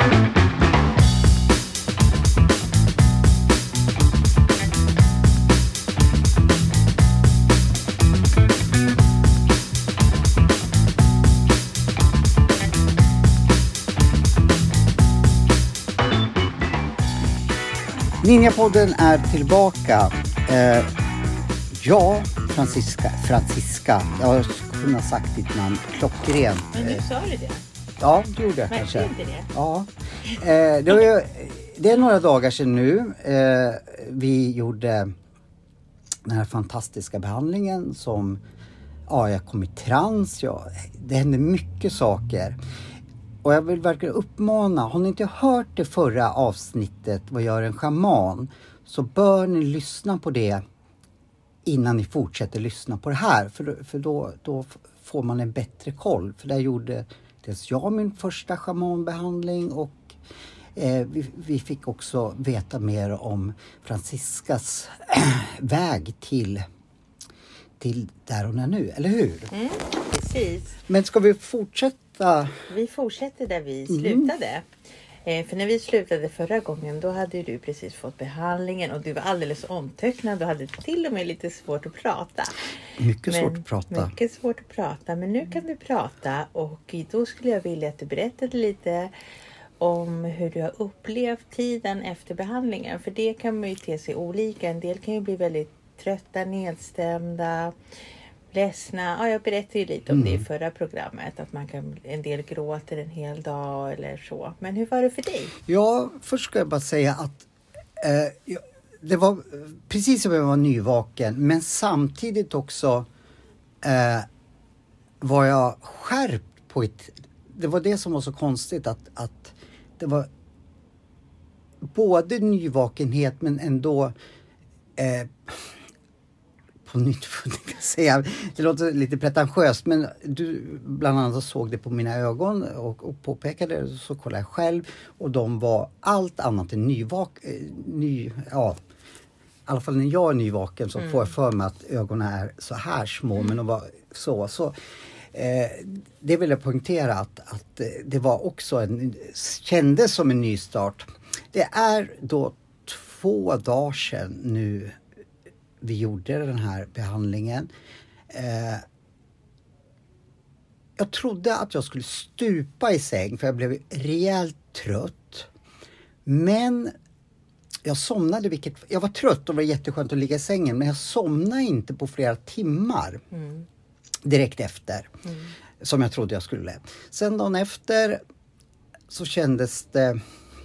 Ninjapodden är tillbaka. Ja, Franziska. Jag skulle kunna sagt ditt namn klockrent. Men du sa du det? Ja, det gjorde jag kanske. Inte det? Ja. Det är några dagar sedan nu. Vi gjorde den här fantastiska behandlingen som... Ja, jag kom i trans. Det hände mycket saker. Och jag vill verkligen uppmana, har ni inte hört det förra avsnittet, vad gör en shaman? Så bör ni lyssna på det innan ni fortsätter lyssna på det här. För då får man en bättre koll. För där gjorde dels jag min första shamanbehandling och vi fick också veta mer om Franziskas väg till där hon är nu, eller hur? Mm, precis. Men ska vi fortsätta? Vi fortsätter där vi slutade. För när vi slutade förra gången, då hade du precis fått behandlingen och du var alldeles omtöcknad. Du hade till och med lite svårt att prata. Mycket svårt att prata. Men nu kan du prata och då skulle jag vilja att du berättade lite om hur du har upplevt tiden efter behandlingen. För det kan man ju te sig olika. En del kan ju bli väldigt trötta, nedstämda, ledsna. Ja, jag berättade ju lite om det i förra programmet. Att en del gråter en hel dag eller så. Men hur var det för dig? Ja, först ska jag bara säga att det var precis som jag var nyvaken. Men samtidigt också var jag skärpt på det var det som var så konstigt att det var både nyvakenhet men ändå på nytt kan jag säga. Det låter lite pretentiöst men du bland annat såg det på mina ögon och påpekade det, så kollade jag själv och de var allt annat än i alla fall när jag är nyvaken så får jag för mig att ögonen är så här små men de var så det vill jag poängtera att det var också kändes som en nystart. Det är då 2 dagar sedan nu vi gjorde den här behandlingen. Jag trodde att jag skulle stupa i säng för jag blev rejält trött. Men jag somnade, jag var trött och det var jätteskönt att ligga i sängen. Men jag somnade inte på flera timmar direkt efter. Som jag trodde jag skulle. Sen dagen efter så kändes det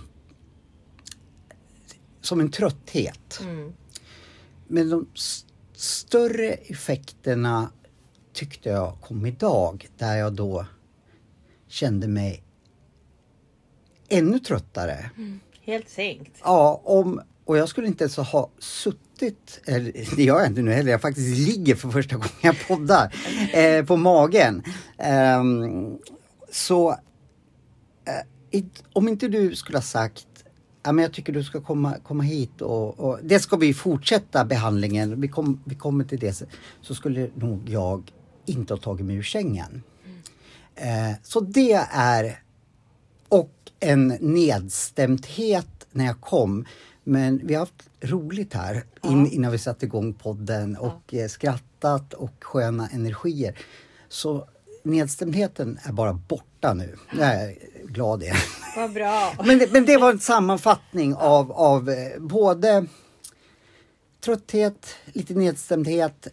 som en trötthet. Men de större effekterna tyckte jag kom idag. Där jag då kände mig ännu tröttare. Helt sänkt. Ja, och jag skulle inte ens ha suttit, eller det gör jag inte nu heller. Jag faktiskt ligger för första gången jag poddar på magen. Om inte du skulle ha sagt ja, men jag tycker du ska komma hit och det ska vi fortsätta behandlingen. Vi kommer till det. Så skulle nog jag inte ha tagit mig ur sängen. Så det är och en nedstämdhet när jag kom. Men vi har haft roligt här innan vi satte igång podden och skrattat och sköna energier. Så nedstämdheten är bara borta nu. Jag är glad igen. Vad bra. Men det var en sammanfattning av både trötthet, lite nedstämdhet.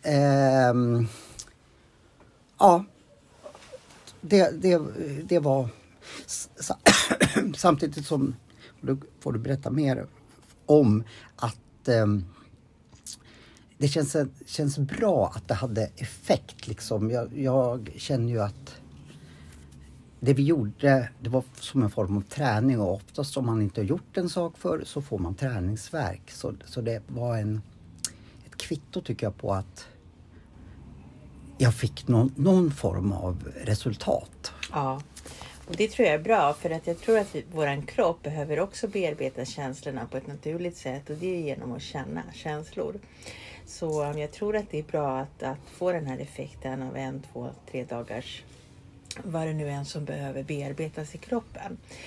Det var samtidigt som, då får du berätta mer om att det känns bra att det hade effekt liksom. Jag känner ju att det vi gjorde, det var som en form av träning och oftast om man inte har gjort en sak för så får man träningsvärk. Så det var ett kvitto tycker jag på att jag fick någon form av resultat. Ja, och det tror jag är bra för att jag tror att våran kropp behöver också bearbeta känslorna på ett naturligt sätt och det är genom att känna känslor. Så jag tror att det är bra att få den här effekten av 1, 2, 3 dagars vad det nu är som behöver bearbetas i kroppen.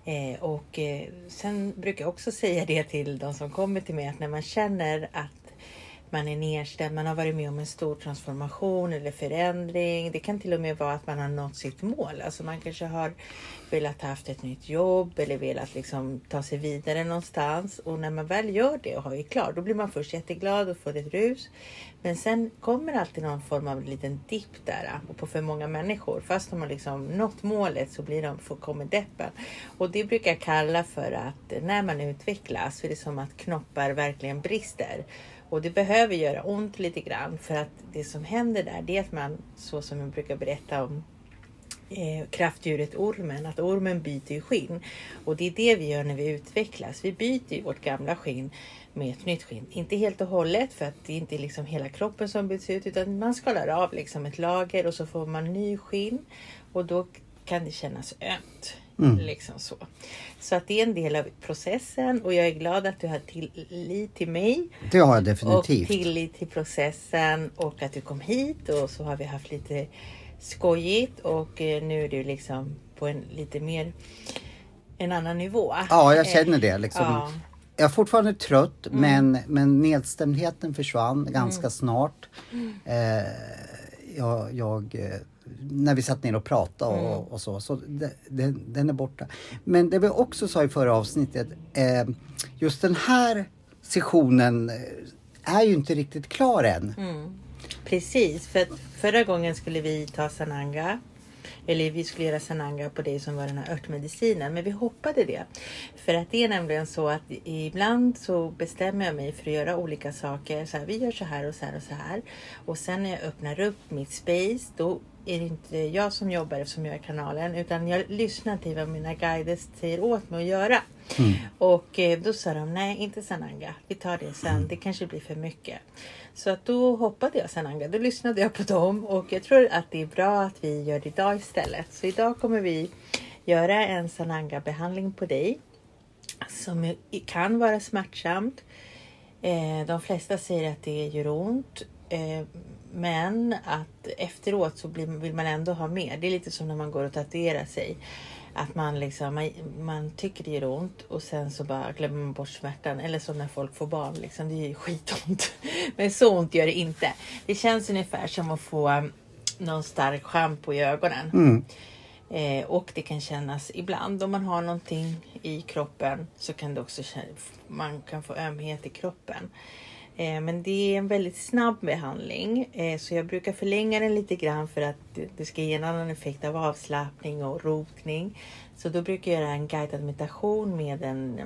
Sen brukar jag också säga det till de som kommer till mig, att när man känner att man är nedstämd, man har varit med om en stor transformation eller förändring. Det kan till och med vara att man har nått sitt mål. Alltså man kanske har velat haft ett nytt jobb eller velat liksom ta sig vidare någonstans. Och när man väl gör det och har är klar, då blir man först jätteglad och får ett rus. Men sen kommer alltid någon form av liten dipp där. Och för många människor, fast de har liksom nått målet, så kommer deppen. Och det brukar jag kalla för att när man utvecklas så är det som att knoppar verkligen brister. Och det behöver göra ont lite grann, för att det som händer där, det är att man, så som jag brukar berätta om kraftdjuret ormen, att ormen byter ju skinn. Och det är det vi gör när vi utvecklas. Vi byter ju vårt gamla skinn med ett nytt skinn. Inte helt och hållet, för att det är inte liksom hela kroppen som byts ut, utan man skalar av liksom ett lager och så får man ny skinn. Och då kan det kännas ömt. Liksom så att det är en del av processen, och jag är glad att du har tillit till mig. Det har jag definitivt. Och tillit till processen, och att du kom hit, och så har vi haft lite skojigt, och nu är du liksom på en annan nivå. Ja, jag känner det liksom. Ja. Jag är fortfarande trött, men nedstämdheten försvann ganska snart. När vi satt ner och pratade och så den är borta. Men det vi också sa i förra avsnittet, just den här sessionen är ju inte riktigt klar än. Precis, för förra gången skulle vi ta Sananga. Eller vi skulle göra Sananga på det som var den här örtmedicinen. Men vi hoppade det. För att det är nämligen så att ibland så bestämmer jag mig för att göra olika saker. Så här, vi gör så här och så här och så här. Och sen när jag öppnar upp mitt space, då är det inte jag som jobbar eftersom jag är kanalen. Utan jag lyssnar till vad mina guider säger åt mig att göra. Och då sa de, nej, inte Sananga. Vi tar det sen. Det kanske blir för mycket. Så att då hoppade jag Sananga. Då lyssnade jag på dem. Och jag tror att det är bra att vi gör det idag istället. Så idag kommer vi göra en Sananga-behandling på dig. Som kan vara smärtsamt. De flesta säger att det gör ont. Men att efteråt så vill man ändå ha mer. Det är lite som när man går och tatuerar sig. Att man tycker det gör ont och sen så bara glömmer man bort smärtan. Eller som när folk får barn, liksom, det är ju skitont. Men så ont gör det inte. Det känns ungefär som att få någon stark shampoo i ögonen. Och det kan kännas ibland om man har någonting i kroppen, så kan det också man kan få ömhet i kroppen. Men det är en väldigt snabb behandling, så jag brukar förlänga den lite grann för att det ska ge en annan effekt av avslappning och rotning. Så då brukar jag göra en guidad meditation med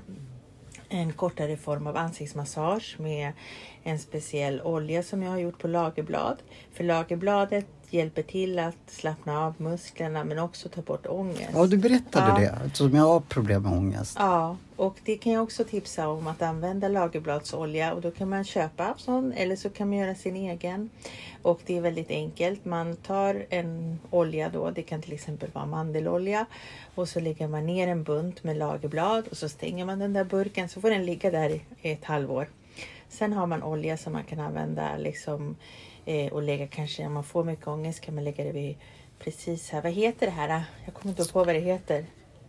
en kortare form av ansiktsmassage med en speciell olja som jag har gjort på lagerblad. För lagerbladet hjälper till att slappna av musklerna, men också ta bort ångest. Ja, du berättade det, eftersom jag har problem med ångest. Ja, och det kan jag också tipsa om, att använda lagerbladsolja. Och då kan man köpa sån, eller så kan man göra sin egen. Och det är väldigt enkelt. Man tar en olja då, det kan till exempel vara mandelolja. Och så lägger man ner en bunt med lagerblad och så stänger man den där burken. Så får den ligga där i ett halvår. Sen har man olja som man kan använda liksom, och lägga kanske, om man får mycket ångest kan man lägga det vid precis här. Vad heter det här? Jag kommer inte på vad det heter.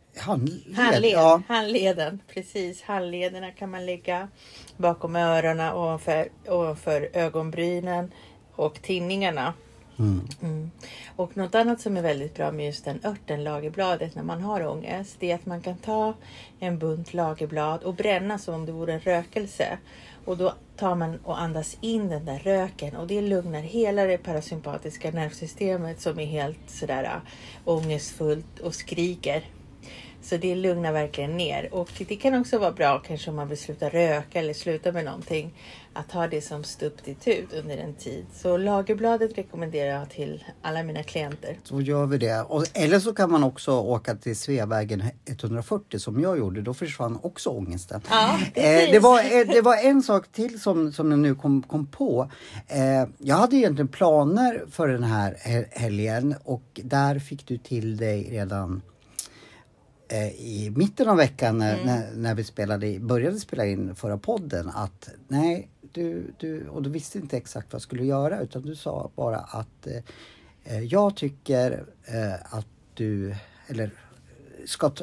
Handleden. Precis, handlederna kan man lägga bakom öronen, ovanför ögonbrynen och tinningarna. Och något annat som är väldigt bra med just den örten, lagerbladet, när man har ångest, det är att man kan ta en bunt lagerblad och bränna som om det vore en rökelse. Och då tar man och andas in den där röken, och det lugnar hela det parasympatiska nervsystemet som är helt sådär ångestfullt och skriker. Så det lugnar verkligen ner. Och det kan också vara bra kanske om man vill sluta röka eller sluta med någonting, att ha det som substitut under en tid. Så lagerbladet rekommenderar jag till alla mina klienter. Så gör vi det. Eller så kan man också åka till Sveavägen 140 som jag gjorde. Då försvann också ångesten. Ja, det var en sak till som jag nu kom på. Jag hade egentligen planer för den här helgen, och där fick du till dig redan i mitten av veckan när vi började spela in förra podden, att nej, och du visste inte exakt vad jag skulle göra, utan du sa bara att jag tycker att du ska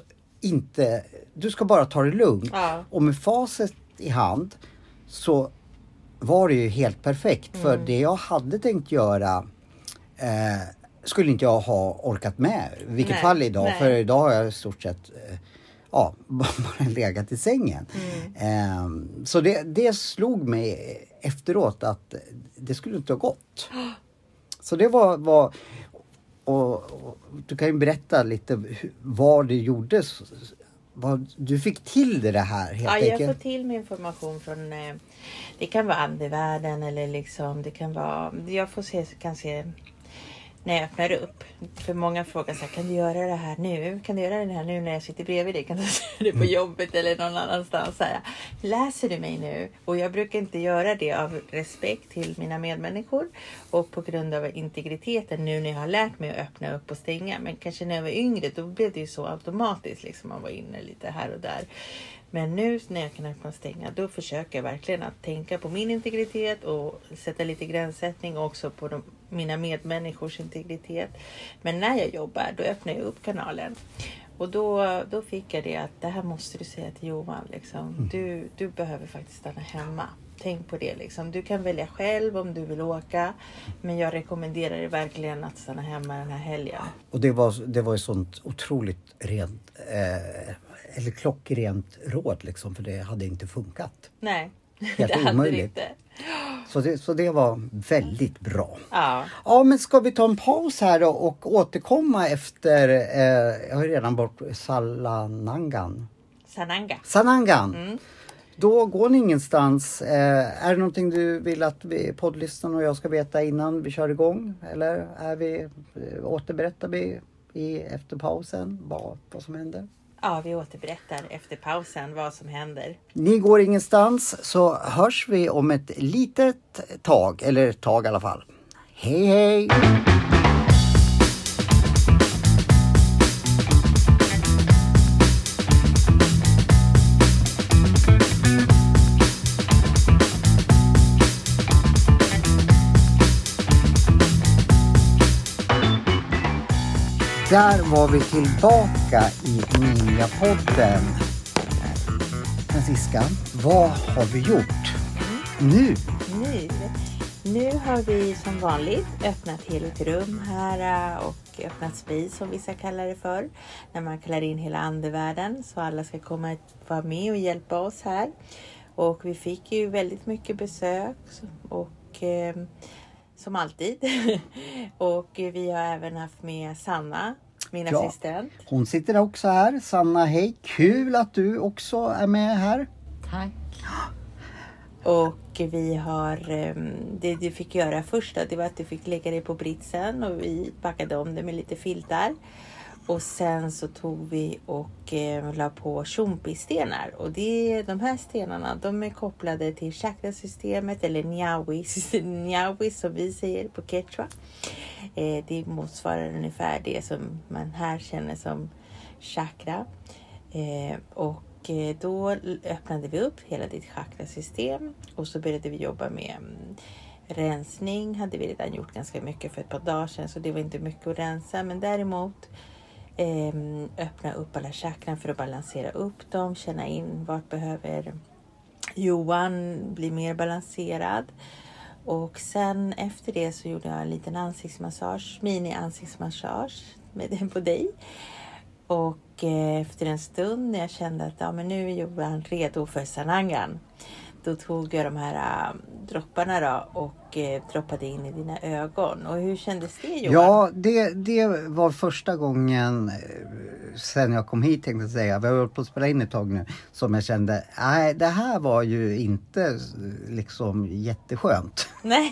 du ska bara ta det lugnt. Ja. Och med facit i hand så var det ju helt perfekt. För det jag hade tänkt göra skulle inte jag ha orkat med. I vilket fall idag. Nej. För idag har jag i stort sett bara legat i sängen. Så det slog mig efteråt att det skulle inte ha gått. Så det var och du kan ju berätta lite vad det gjordes. Vad du fick till det här helt enkelt. Jag får till min information från det kan vara andevärlden eller liksom det kan vara, jag kan se när jag öppnar upp. För många frågar så här, kan du göra det här nu? Kan du göra det här nu när jag sitter bredvid dig? Kan du säga det på jobbet eller någon annanstans? Så här, läser du mig nu? Och jag brukar inte göra det av respekt till mina medmänniskor. Och på grund av integriteten nu när jag har lärt mig att öppna upp och stänga. Men kanske när jag var yngre då blev det ju så automatiskt. Liksom man var inne lite här och där. Men nu när jag kan öppna och stänga, då försöker jag verkligen att tänka på min integritet och sätta lite gränssättning också på mina medmänniskors integritet. Men när jag jobbar, då öppnar jag upp kanalen. Och då fick jag det att det här måste du säga till Johan. Liksom. Du behöver faktiskt stanna hemma. Tänk på det. Liksom. Du kan välja själv om du vill åka. Men jag rekommenderar dig verkligen att stanna hemma den här helgen. Och det var ju sånt otroligt rent eller klockrent råd liksom, för det hade inte funkat. Nej, helt det omöjligt. hade det inte. Så det var väldigt bra. Ja, men ska vi ta en paus här då och återkomma efter, jag har redan bort Sanangan. Då går ni ingenstans. Är det någonting du vill att poddlyssnarna och jag ska veta innan vi kör igång? Eller återberättar vi efter pausen vad som händer? Ja, vi återberättar efter pausen vad som händer. Ni går ingenstans, så hörs vi om ett litet tag, eller ett tag i alla fall. Hej hej! Där var vi tillbaka i Ninja-podden. Franziska, vad har vi gjort Nu har vi som vanligt öppnat hela ett rum här och öppnat spis som vissa kallar det för. När man kallar in hela andevärlden så alla ska komma och vara med och hjälpa oss här. Och vi fick ju väldigt mycket besök och som alltid. Och vi har även haft med Sanna, min assistent. Hon sitter också här. Sanna, hej. Kul att du också är med här. Tack. Och vi har, det du fick göra först då, det var att du fick lägga dig på britsen och vi packade om det med lite filtar. Och sen så tog vi och la på shumpi-stenar. Och de här stenarna, de är kopplade till chakrasystemet eller nyawi som vi säger på quechua. Det motsvarar ungefär det som man här känner som chakra. Och då öppnade vi upp hela ditt chakrasystem och så började vi jobba med rensning. Hade vi redan gjort ganska mycket för ett par dagar sedan, så det var inte mycket att rensa. Men däremot öppna upp alla chakran för att balansera upp dem. Känna in vart behöver Johan bli mer balanserad. Och sen efter det så gjorde jag en liten ansiktsmassage, mini-ansiktsmassage på dig. Och efter en stund när jag kände att nu är Johan redo för Sanangan, då tog jag de här dropparna då och droppade in i dina ögon. Och hur kändes det, Johan? Ja, det var första gången sen jag kom hit, tänkte jag säga. Vi har hållit på att spela in ett tag nu. Som jag kände, nej, det här var ju inte liksom jätteskönt. Nej.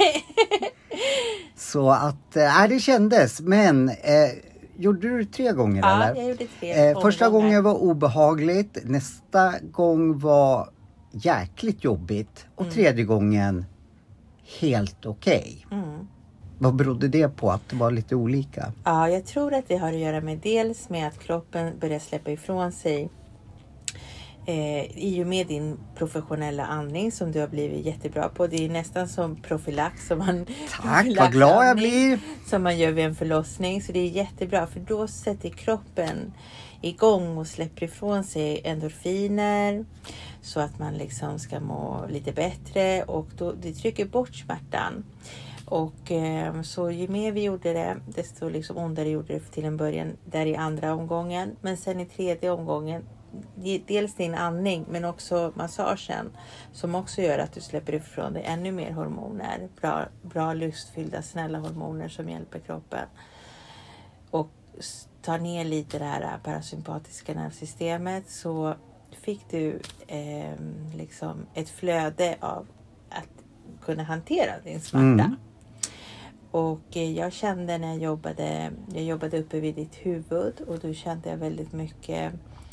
Så att, det kändes. Men gjorde du det 3 gånger eller? Ja, jag gjorde 3 första gången var obehagligt. Nästa gång var jäkligt jobbigt. Och 3:e gången helt okej. Vad berodde det på, att det var lite olika? Ja, jag tror att det har att göra med dels med att kroppen börjar släppa ifrån sig i och med din professionella andning som du har blivit jättebra på. Det är nästan som profylax. Tack, vad glad jag blir. Som man gör vid en förlossning. Så det är jättebra, för då sätter kroppen igång och släpper ifrån sig endorfiner. Så att man liksom ska må lite bättre. Och då, det trycker bort smärtan. Och så ju mer vi gjorde det, desto liksom ondare gjorde det till en början. Där i andra omgången. Men sen i tredje omgången, dels din andning men också massagen som också gör att du släpper ifrån dig ännu mer hormoner. Bra lustfyllda, snälla hormoner som hjälper kroppen. Och tar ner lite det här parasympatiska nervsystemet, så fick du liksom ett flöde av att kunna hantera din smärta. Och jag kände när jag jobbade uppe vid ditt huvud, och då kände jag väldigt mycket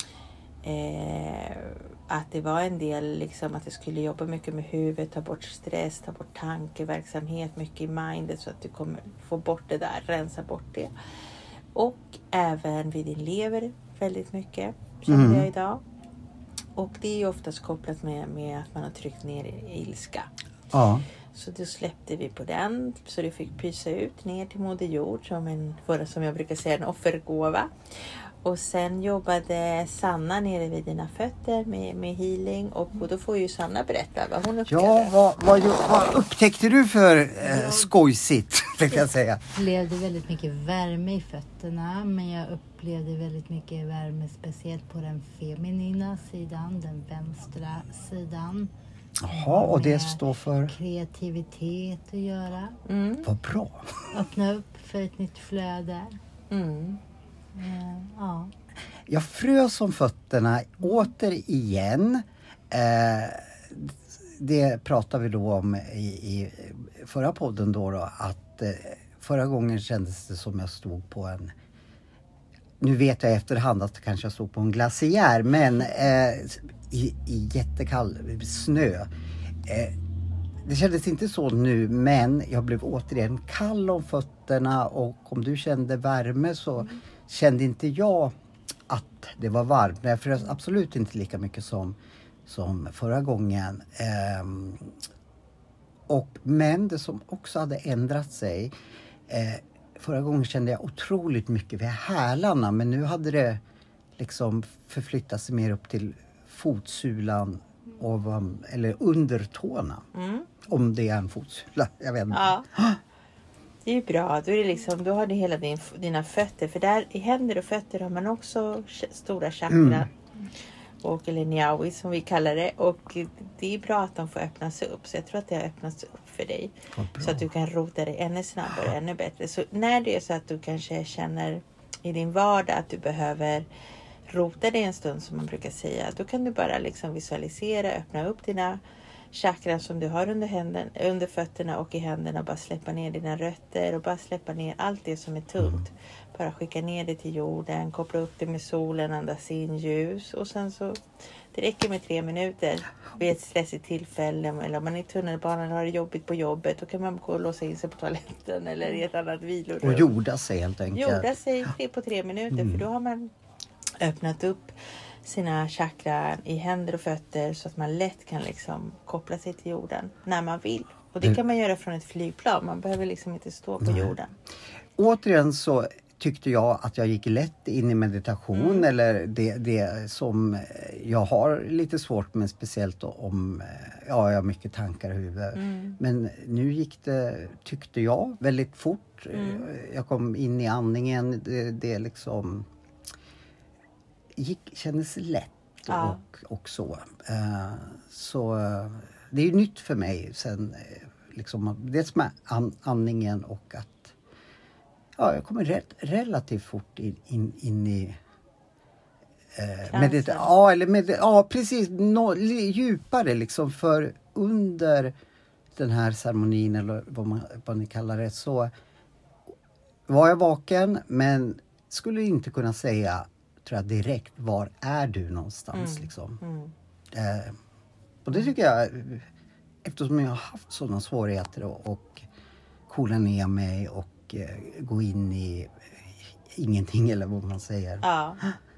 att det var en del liksom att jag skulle jobba mycket med huvudet, ta bort stress, ta bort tankeverksamhet, mycket i mindet, så att du kommer få bort det där, rensa bort det. Och även vid din lever väldigt mycket kände jag idag. Och det är ju oftast kopplat med att man har tryckt ner ilska. Ja. Så då släppte vi på den. Så du fick pysa ut ner till Moder Jord som jag brukar säga, en offergåva. Och sen jobbade Sanna nere vid dina fötter med healing. Och då får ju Sanna berätta vad hon upplevde. Ja, vad upptäckte du för skojsigt, tänkte jag säga? Jag upplevde väldigt mycket värme i fötterna. Men jag upplevde väldigt mycket värme speciellt på den feminina sidan, den vänstra sidan. Jaha, och det står för? Kreativitet att göra. Vad bra. Öppna upp för ett nytt flöde. Ja. Jag frös om fötterna återigen. Det pratade vi då om i förra podden då att förra gången kändes det som jag stod på en... Nu vet jag i efterhand att kanske jag stod på en glaciär, men i jättekall snö. Det kändes inte så nu, men jag blev återigen kall om fötterna, och om du kände värme så kände inte jag att det var varmt. Men jag frös absolut inte lika mycket som förra gången. Men det som också hade ändrat sig, förra gången kände jag otroligt mycket vid hälarna, men nu hade det liksom förflyttat sig mer upp till fotsulan eller under tårna. Om det är en fotsula, jag vet inte. Ja. Det är ju bra. Då är det liksom, då har du hela dina fötter. För där i händer och fötter har man också stora chakran. Eller niawi som vi kallar det. Och det är bra att de får öppnas upp. Så jag tror att det har öppnats upp för dig. Så att du kan rota dig ännu snabbare och ännu bättre. Så när det är så att du kanske känner i din vardag att du behöver rota dig en stund, som man brukar säga. Då kan du bara liksom visualisera, öppna upp dina chakran som du har under fötterna och i händerna. Bara släppa ner dina rötter och bara släppa ner allt det som är tungt. Bara skicka ner det till jorden, koppla upp det med solen, andas in ljus. Och sen så, det räcker med 3 minuter vid ett stressigt tillfälle. Eller om man är i tunnelbanan och har det jobbigt på jobbet, då kan man gå och låsa in sig på toaletten eller i ett annat vilorum. Och jorda sig helt enkelt. Jorda sig på 3 minuter, för då har man öppnat upp sina chakran i händer och fötter så att man lätt kan liksom koppla sig till jorden när man vill. Och det kan man göra från ett flygplan. Man behöver liksom inte stå på jorden. Återigen så tyckte jag att jag gick lätt in i meditation, eller det som jag har lite svårt med, speciellt om jag har mycket tankar i huvudet. Men nu gick det, tyckte jag, väldigt fort. Jag kom in i andningen, det liksom kändes lätt och så. Så det är ju nytt för mig sen liksom, dels med andningen och att jag kommer relativt fort in i precis, djupare liksom, för under den här ceremonin eller vad ni kallar det, så var jag vaken, men skulle inte kunna säga, tror jag, direkt, var är du någonstans liksom. Och det tycker jag, eftersom jag har haft sådana svårigheter och coola ner mig och gå in i ingenting, eller vad man säger.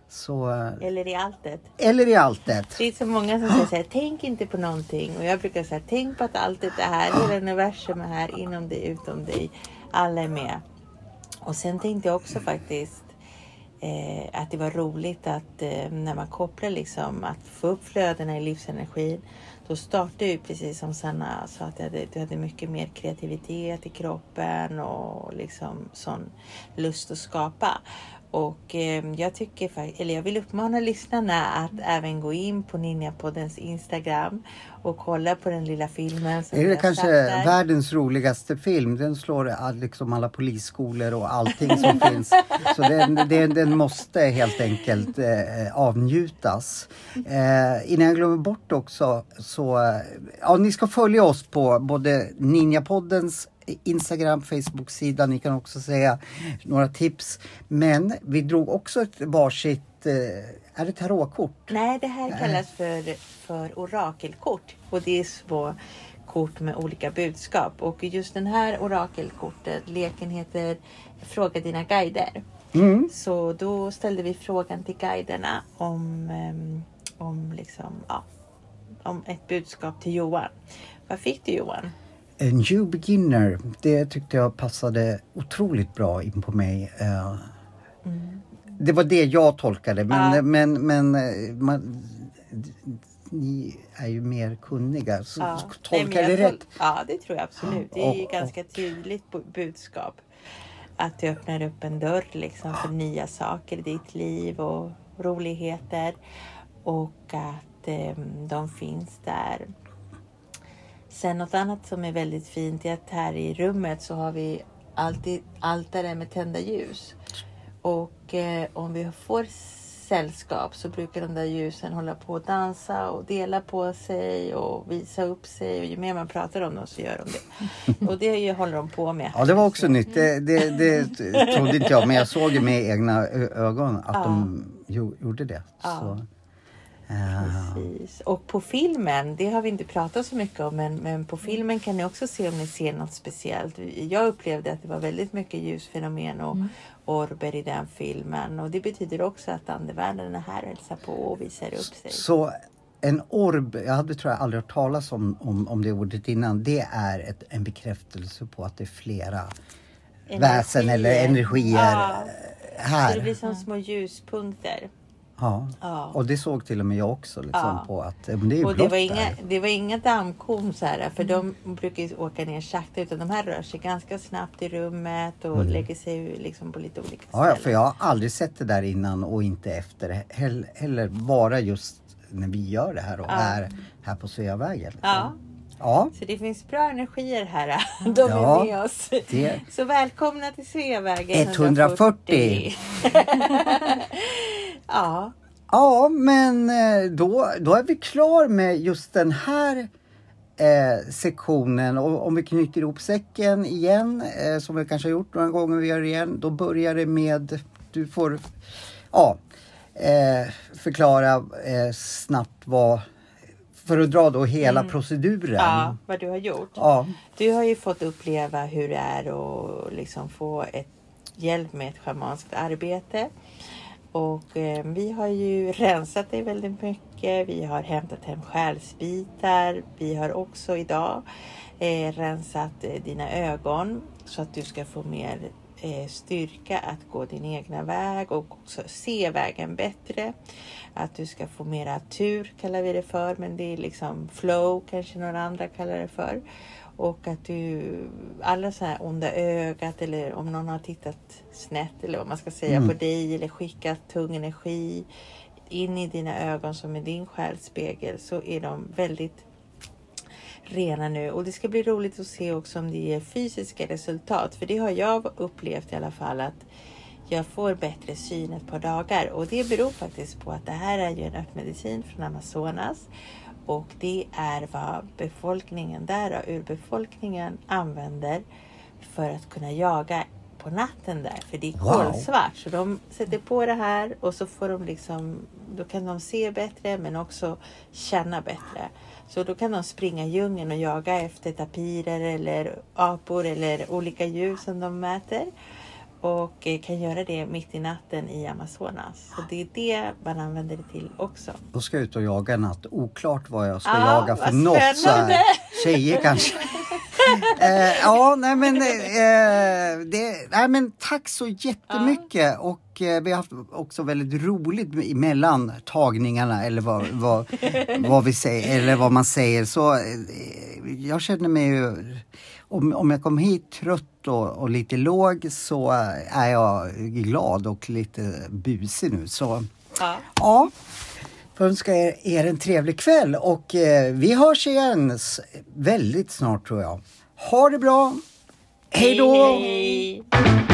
Så, Eller i alltet. eller i alltet. Det är så många som säger så här, tänk inte på någonting. Och jag brukar säga, tänk på att alltet är här. Hela universum är här, inom dig, utom dig. Alla är med. Och sen tänkte jag också faktiskt att det var roligt att när man kopplar liksom att få upp flödena i livsenergin. Då startade ju precis som Sanna sa att du hade mycket mer kreativitet i kroppen och liksom sån lust att skapa. Och jag tycker, eller jag vill uppmana lyssnarna att även gå in på Ninjapoddens Instagram och kolla på den lilla filmen. Som är det kanske världens roligaste film? Den slår liksom alla polisskolor och allting som finns. Så den måste helt enkelt avnjutas. Innan jag glömmer bort också så ni ska följa oss på både Ninjapoddens Instagram, Facebook-sida. Ni kan också säga några tips. Men vi drog också ett varsitt, är det tarotkort? Nej, det här kallas för orakelkort. Och det är små kort med olika budskap. Och just den här orakelkortet, leken heter Fråga dina guider. Mm. Så då ställde vi frågan till guiderna om ett budskap till Johan. Vad fick du, Johan? A new beginner, det tyckte jag passade otroligt bra in på mig. Det var det jag tolkade, men ni är ju mer kunniga. Så tolkar det rätt? Ja, det tror jag absolut. Det är ju ganska tydligt budskap. Att du öppnar upp en dörr liksom för nya saker i ditt liv och roligheter. Och att de finns där. Sen något annat som är väldigt fint är att här i rummet så har vi alltid altare med tända ljus. Och om vi får sällskap så brukar de där ljusen hålla på att dansa och dela på sig och visa upp sig. Och ju mer man pratar om dem så gör de det. Och det håller de på med. Ja, det var också nytt. Det trodde inte jag, men jag såg med egna ögon att de gjorde det. Ja. Så. Precis. Och på filmen, det har vi inte pratat så mycket om, men på filmen kan ni också se om ni ser något speciellt. Jag upplevde att det var väldigt mycket ljusfenomen och orber i den filmen, och det betyder också att andevärlden är här och hälsar på och visar upp sig. Så en orb, jag tror jag aldrig hört talas om det ordet innan, det är en bekräftelse på att det är flera väsen eller energier här. Så det blir som små ljuspunkter. Ja, och det såg till och med jag också liksom, på att det är och det var inga dammkorn så här, för de brukar ju åka ner sakta, utan de här rör sig ganska snabbt i rummet och lägger sig liksom på lite olika ställen. Ja, för jag har aldrig sett det där innan och inte efter heller, bara just när vi gör det här och är här på Sveavägen. Liksom. Ja. Så det finns bra energier här. De är med oss. Så välkomna till Sveavägen 140. Ja, men då är vi klar med just den här sektionen. Och om vi knyter ihop säcken igen, som vi kanske har gjort några gånger, vi gör igen. Då börjar det med, du får förklara snabbt för att dra då hela proceduren. Ja, vad du har gjort. Ja. Du har ju fått uppleva hur det är och liksom få hjälp med ett schamanskt arbete. Och vi har ju rensat dig väldigt mycket. Vi har hämtat hem själsbitar. Vi har också idag rensat dina ögon så att du ska få mer styrka att gå din egna väg och också se vägen bättre. Att du ska få mera tur kallar vi det för, men det är liksom flow kanske några andra kallar det för. Och att alla så här onda ögat, eller om någon har tittat snett eller vad man ska säga på dig, eller skickat tung energi in i dina ögon som är din själsspegel, så är de väldigt rena nu. Och det ska bli roligt att se också om det ger fysiska resultat, för det har jag upplevt i alla fall, att jag får bättre syn ett par dagar, och det beror faktiskt på att det här är ju en örtmedicin från Amazonas. Och det är vad befolkningen där, urbefolkningen, använder för att kunna jaga på natten där. För det är kolsvart. Så de sätter på det här och så får de liksom, då kan de se bättre men också känna bättre. Så då kan de springa i djungeln och jaga efter tapirer eller apor eller olika djur som de mäter. Och kan göra det mitt i natten i Amazonas. Så det är det man använder det till också. Då ska jag ut och jaga en natt. Oklart vad jag ska jaga för något. Så spännande. här, tjejer kanske. Nej men tack så jättemycket. Och vi har haft också väldigt roligt mellan tagningarna. Eller vad vi säger. Eller vad man säger. Så jag känner mig ju... Om jag kom hit trött och lite låg så är jag glad och lite busig nu. Så ja, jag önskar er en trevlig kväll och vi hörs igen väldigt snart tror jag. Ha det bra! Hej då! Hej.